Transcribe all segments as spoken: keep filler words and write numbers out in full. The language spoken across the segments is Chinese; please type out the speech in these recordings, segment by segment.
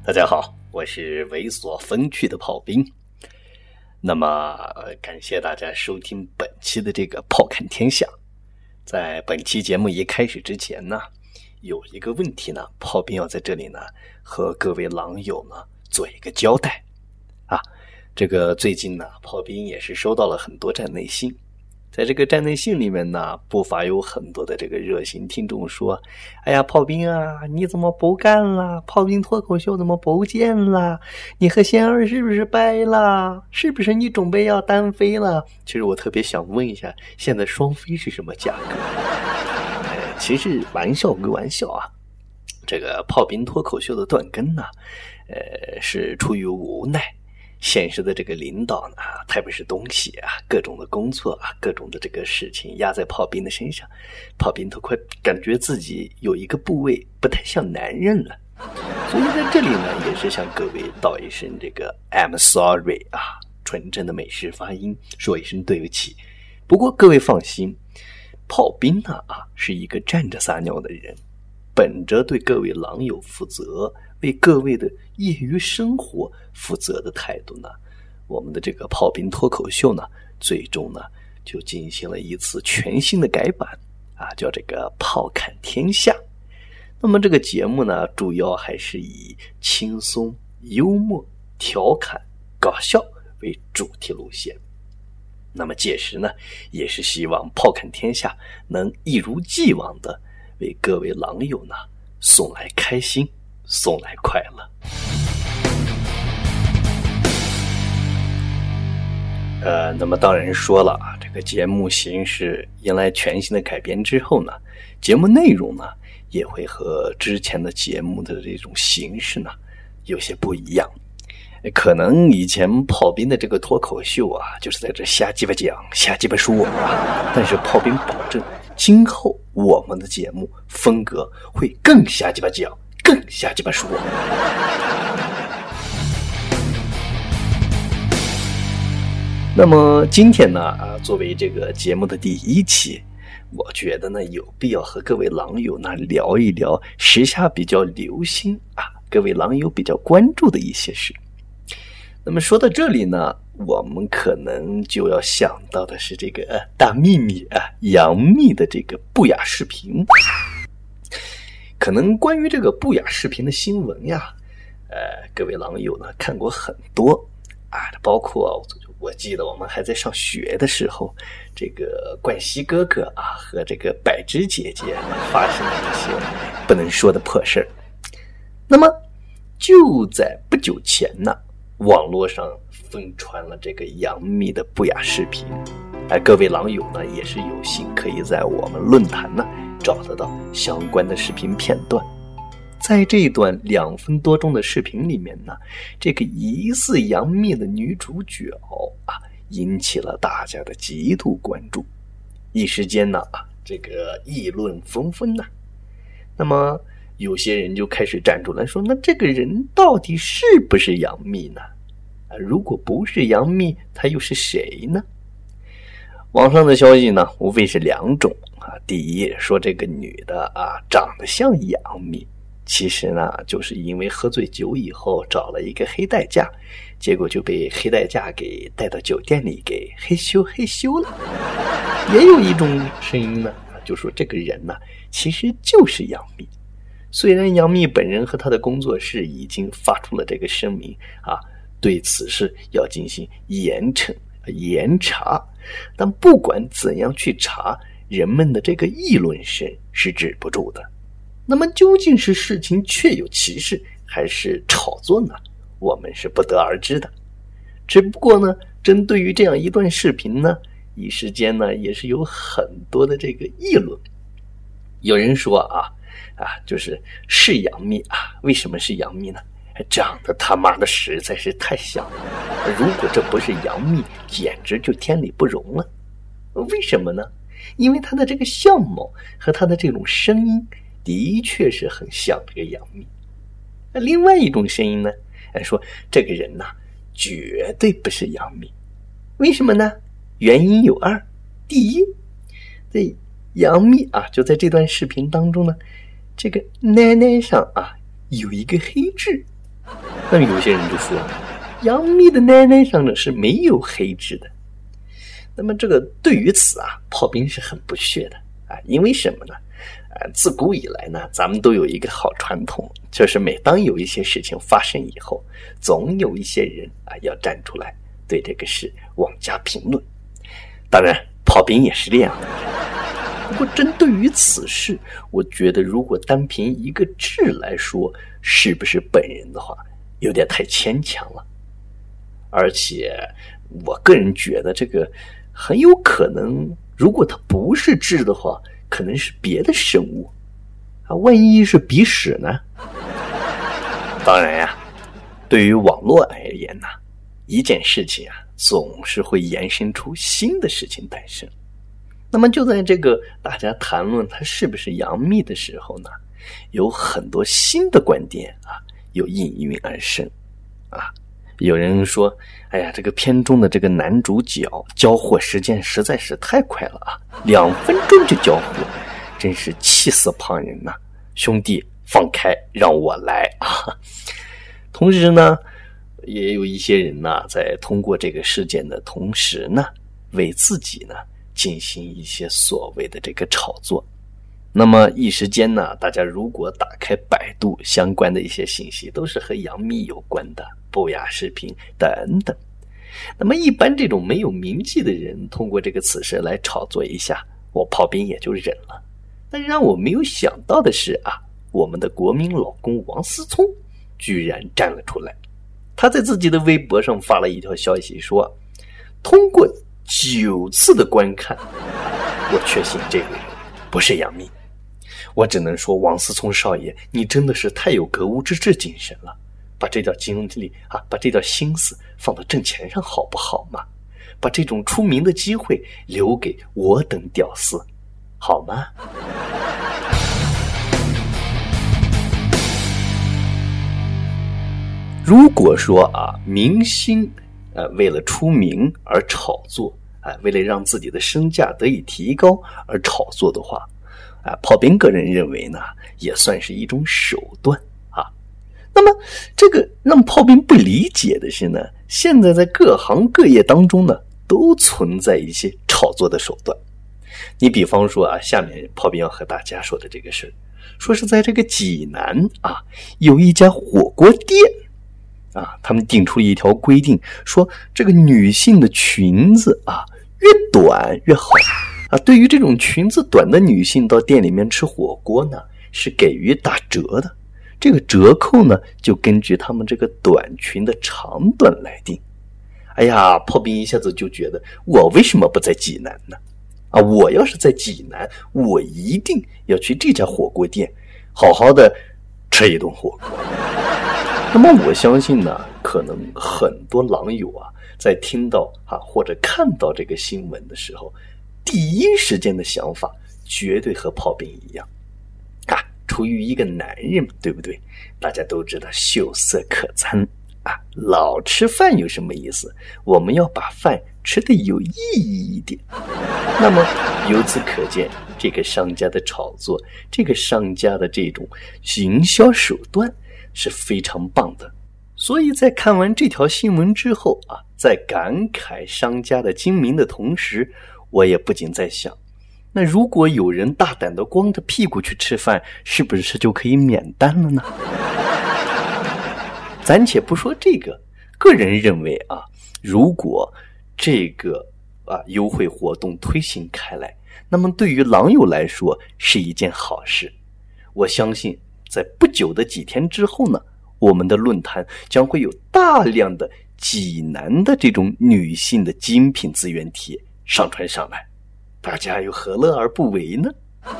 大家好，我是猥琐风趣的炮兵。那么感谢大家收听本期的这个炮看天下。在本期节目一开始之前呢，有一个问题呢，炮兵要在这里呢和各位狼友呢做一个交代啊。这个最近呢，炮兵也是收到了很多站内信，在这个站内信里面呢，不乏有很多的这个热心听众说，哎呀，炮兵啊，你怎么不干了？炮兵脱口秀怎么不见了？你和仙儿是不是掰了？是不是你准备要单飞了？其实我特别想问一下，现在双飞是什么价格？呃、其实玩笑归玩笑啊，这个炮兵脱口秀的断更呢，呃，是出于无奈。现实的这个领导呢，特别是东西啊，各种的工作啊，各种的这个事情压在炮兵的身上，炮兵都快感觉自己有一个部位不太像男人了，所以在这里呢，也是向各位道一声这个 I'm sorry 啊，纯正的美式发音，说一声对不起。不过各位放心，炮兵呢啊是一个站着撒尿的人，本着对各位狼友负责，为各位的业余生活负责的态度呢，我们的这个炮兵脱口秀呢，最终呢就进行了一次全新的改版啊，叫这个炮看天下。那么这个节目呢，主要还是以轻松、幽默、调侃、搞笑为主题路线。那么届时呢，也是希望炮看天下能一如既往的为各位狼友呢送来开心，送来快乐。呃，那么当然说了啊，这个节目形式迎来全新的改编之后呢，节目内容呢也会和之前的节目的这种形式呢有些不一样。可能以前炮兵的这个脱口秀啊，就是在这瞎鸡巴讲、瞎鸡巴说啊，但是炮兵保证，今后我们的节目风格会更瞎鸡巴讲、更瞎鸡巴说。那么今天呢啊，作为这个节目的第一期，我觉得呢有必要和各位狼友呢聊一聊时下比较流行啊，各位狼友比较关注的一些事。那么说到这里呢，我们可能就要想到的是这个、呃、大秘密啊，杨幂的这个不雅视频。可能关于这个不雅视频的新闻呀，呃，各位狼友呢看过很多啊，包括我记得我们还在上学的时候，这个冠希哥哥啊和这个柏芝姐姐发生了一些不能说的破事儿。那么就在不久前呢，网络上疯传了这个杨幂的不雅视频，而各位狼友呢也是有幸可以在我们论坛呢找得到相关的视频片段。在这一段两分多钟的视频里面呢，这个疑似杨幂的女主角啊，引起了大家的极度关注，一时间呢啊，这个议论纷纷呢。那么有些人就开始站出来说，那这个人到底是不是杨幂呢？啊，如果不是杨幂，她又是谁呢？网上的消息呢，无非是两种啊。第一，说这个女的啊长得像杨幂，其实呢，就是因为喝醉酒以后找了一个黑代驾，结果就被黑代驾给带到酒店里给嘿咻嘿咻了。也有一种声音呢，就说这个人呢，其实就是杨幂。虽然杨幂本人和她的工作室已经发出了这个声明啊，对此事要进行严惩、严查，但不管怎样去查，人们的这个议论声是止不住的。那么究竟是事情确有其事，还是炒作呢？我们是不得而知的。只不过呢，针对于这样一段视频呢，一时间呢也是有很多的这个议论。有人说啊啊，就是是杨幂啊，为什么是杨幂呢？长得他妈的实在是太像了，如果这不是杨幂，简直就天理不容了。为什么呢？因为她的这个相貌和她的这种声音的确是很像这个杨幂。另外一种声音呢，说这个人呐、啊，绝对不是杨幂。为什么呢？原因有二。第一，这杨幂啊，就在这段视频当中呢，这个奶奶上啊有一个黑痣， 那么有些人就说，杨幂的奶奶上呢是没有黑痣的。那么这个对于此啊，炮兵是很不屑的啊，因为什么呢？啊，自古以来呢，咱们都有一个好传统，就是每当有一些事情发生以后，总有一些人啊要站出来对这个事妄加评论。当然，炮兵也是这样的。不过针对于此事，我觉得如果单凭一个痣来说是不是本人的话，有点太牵强了。而且我个人觉得这个很有可能，如果它不是痣的话，可能是别的生物啊，万一是鼻屎呢？当然呀、啊，对于网络而言呢、啊，一件事情啊，总是会延伸出新的事情诞生。那么就在这个大家谈论它是不是杨幂的时候呢，有很多新的观点啊，又应运而生啊。有人说，哎呀，这个片中的这个男主角交货时间实在是太快了啊，两分钟就交货，真是气死旁人呐、啊！兄弟，放开，让我来啊！同时呢，也有一些人呢，在通过这个事件的同时呢，为自己呢进行一些所谓的这个炒作。那么一时间呢，大家如果打开百度，相关的一些信息都是和杨幂有关的，不雅视频等等。那么一般这种没有名气的人通过这个此事来炒作一下，我炮兵也就忍了。但让我没有想到的是啊，我们的国民老公王思聪居然站了出来。他在自己的微博上发了一条消息说，通过九次的观看，我确信这个人不是杨幂。我只能说，王思聪少爷，你真的是太有格物致知精神了，把这条精力啊，把这条心思放到挣钱上好不好嘛？把这种出名的机会留给我等屌丝，好吗？如果说啊，明星呃为了出名而炒作，啊，为了让自己的身价得以提高而炒作的话，啊，炮兵个人认为呢，也算是一种手段啊。那么，这个让炮兵不理解的是呢，现在在各行各业当中呢，都存在一些炒作的手段。你比方说啊，下面炮兵要和大家说的这个事，说是在这个济南啊，有一家火锅店啊，他们定出了一条规定，说这个女性的裙子啊，越短越好。啊，对于这种裙子短的女性到店里面吃火锅呢，是给予打折的。这个折扣呢，就根据他们这个短裙的长短来定。哎呀，炮兵一下子就觉得，我为什么不在济南呢？啊，我要是在济南，我一定要去这家火锅店，好好的吃一顿火锅。那么我相信呢，可能很多狼友啊，在听到啊或者看到这个新闻的时候，第一时间的想法绝对和炮兵一样啊，出于一个男人，对不对？大家都知道秀色可餐啊，老吃饭有什么意思？我们要把饭吃得有意义一点。那么由此可见，这个商家的炒作，这个商家的这种营销手段是非常棒的。所以在看完这条新闻之后啊，在感慨商家的精明的同时，我也不禁在想，那如果有人大胆的光着屁股去吃饭，是不是就可以免单了呢？暂且不说这个，个人认为啊，如果这个啊优惠活动推行开来，那么对于狼友来说是一件好事。我相信在不久的几天之后呢，我们的论坛将会有大量的济南的这种女性的精品资源帖上传上来，大家又何乐而不为呢？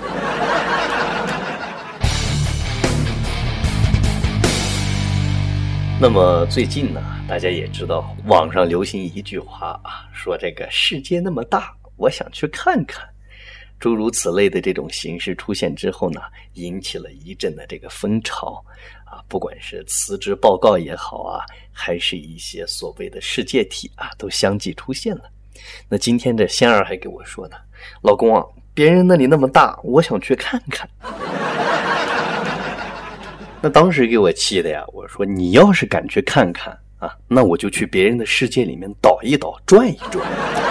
那么最近呢，大家也知道网上流行一句话啊，说这个世界那么大，我想去看看。诸如此类的这种形式出现之后呢，引起了一阵的这个风潮啊，不管是辞职报告也好啊，还是一些所谓的世界体啊，都相继出现了。那今天这仙儿还给我说呢，老公啊，别人那里那么大，我想去看看。 那当时给我气的呀，我说你要是敢去看看啊，那我就去别人的世界里面倒一倒，转一转。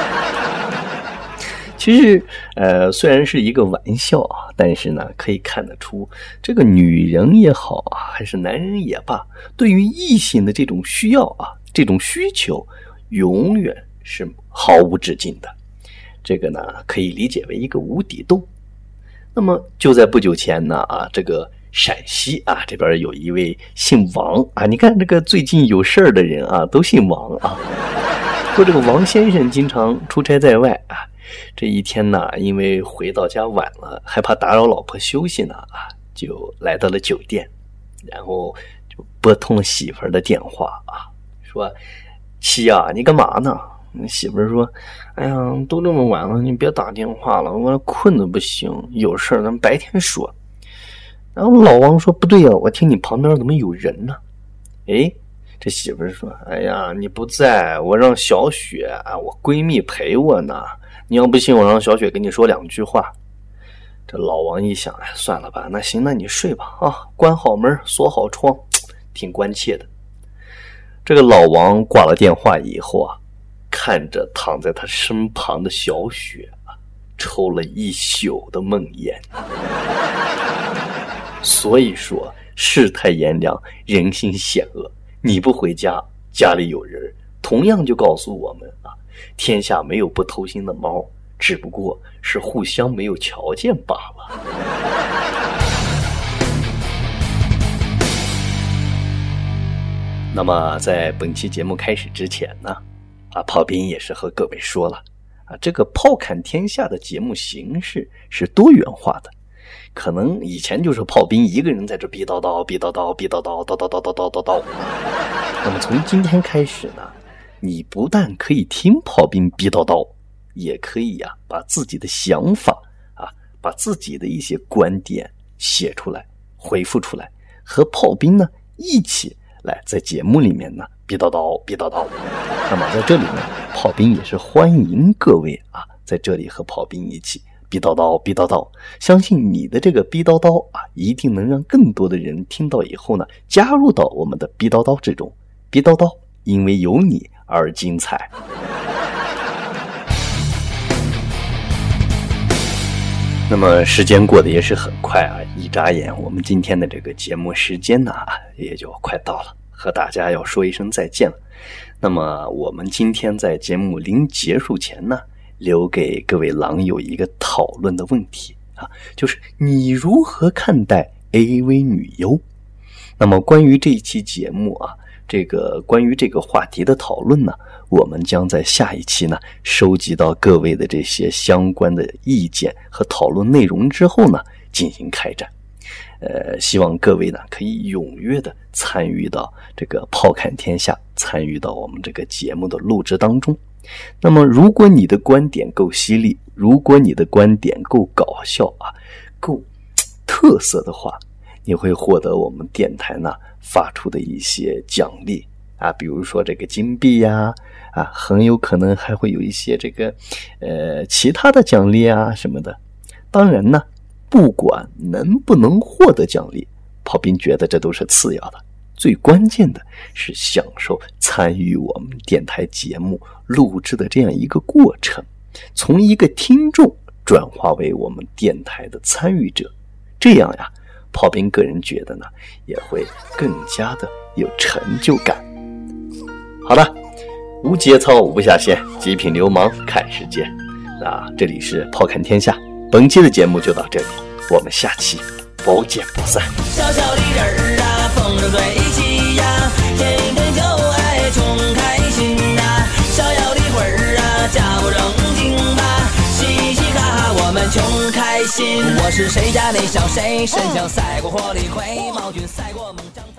其实，呃，虽然是一个玩笑啊，但是呢，可以看得出，这个女人也好啊，还是男人也罢，对于异性的这种需要啊，这种需求，永远是毫无止境的。这个呢，可以理解为一个无底洞。那么就在不久前呢，啊，这个陕西啊这边有一位姓王啊，你看这个最近有事儿的人啊，都姓王啊。说这个王先生经常出差在外啊。这一天呢，因为回到家晚了，害怕打扰老婆休息呢，啊，就来到了酒店，然后就拨通了媳妇儿的电话啊，说：“妻啊，你干嘛呢？”媳妇儿说：“哎呀，都这么晚了，你别打电话了，我困得不行，有事咱们白天说。”然后老王说：“不对呀，我听你旁边怎么有人呢？”哎，这媳妇儿说：“哎呀，你不在，我让小雪啊，我闺蜜陪我呢。你要不信，我让小雪跟你说两句话。”这老王一想，哎，算了吧，那行，那你睡吧啊，关好门，锁好窗，挺关切的。这个老王挂了电话以后啊，看着躺在他身旁的小雪啊，抽了一宿的闷烟。所以说，世态炎凉，人心险恶。你不回家，家里有人，同样就告诉我们啊，天下没有不偷腥的猫，只不过是互相没有条件罢了。那么在本期节目开始之前呢，啊，炮兵也是和各位说了啊，这个炮侃天下的节目形式是多元化的。可能以前就是炮兵一个人在这逼叨叨逼叨叨逼叨叨叨叨叨叨叨叨叨。那么从今天开始呢，你不但可以听炮兵逼叨叨，也可以呀、啊、把自己的想法啊，把自己的一些观点写出来，回复出来，和炮兵呢一起来在节目里面呢逼叨叨逼叨叨。那么在这里呢，炮兵也是欢迎各位啊在这里和炮兵一起逼叨叨逼叨叨，相信你的这个逼叨叨啊，一定能让更多的人听到以后呢，加入到我们的逼叨叨之中。逼叨叨，因为有你而精彩。那么时间过得也是很快啊，一眨眼我们今天的这个节目时间呢也就快到了，和大家要说一声再见了。那么我们今天在节目临结束前呢，留给各位狼友一个讨论的问题啊，就是你如何看待 A V 女优？那么关于这一期节目啊，这个关于这个话题的讨论呢，我们将在下一期呢收集到各位的这些相关的意见和讨论内容之后呢，进行开展。呃，希望各位呢可以踊跃的参与到这个炮侃天下，参与到我们这个节目的录制当中。那么如果你的观点够犀利，如果你的观点够搞笑啊，够特色的话，你会获得我们电台呢发出的一些奖励啊，比如说这个金币呀，啊，很有可能还会有一些这个呃其他的奖励啊什么的。当然呢，不管能不能获得奖励，炮兵觉得这都是次要的，最关键的是享受参与我们电台节目录制的这样一个过程，从一个听众转化为我们电台的参与者，这样呀，炮兵个人觉得呢，也会更加的有成就感。好了，无节操无下限，极品流氓看世界。那这里是炮侃天下，本期的节目就到这里，我们下期不见不散。 小小的人儿啊，风筝对起呀，天天就爱穷开心呐。逍遥的魂儿啊，假不正经吧，嘻嘻哈哈我们穷开心。我是谁家那小谁，神将赛过火李逵，毛俊赛过猛将。